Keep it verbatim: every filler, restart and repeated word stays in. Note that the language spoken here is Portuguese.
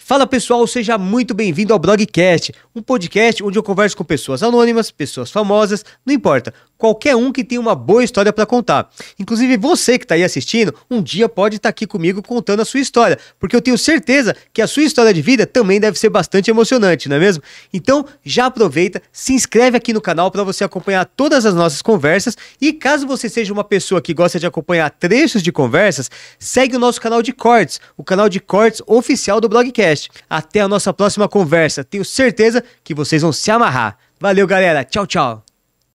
Fala pessoal, seja muito bem-vindo ao Blogcast, um podcast onde eu converso com pessoas anônimas, pessoas famosas, não importa, qualquer um que tenha uma boa história para contar. Inclusive você que está aí assistindo, um dia pode estar aqui comigo contando a sua história, porque eu tenho certeza que a sua história de vida também deve ser bastante emocionante, não é mesmo? Então já aproveita, se inscreve aqui no canal para você acompanhar todas as nossas conversas e caso você seja uma pessoa que gosta de acompanhar trechos de conversas, segue o nosso canal de cortes, o canal de cortes oficial do Blogcast. Até a nossa próxima conversa. Tenho certeza que vocês vão se amarrar. Valeu, galera. Tchau, tchau.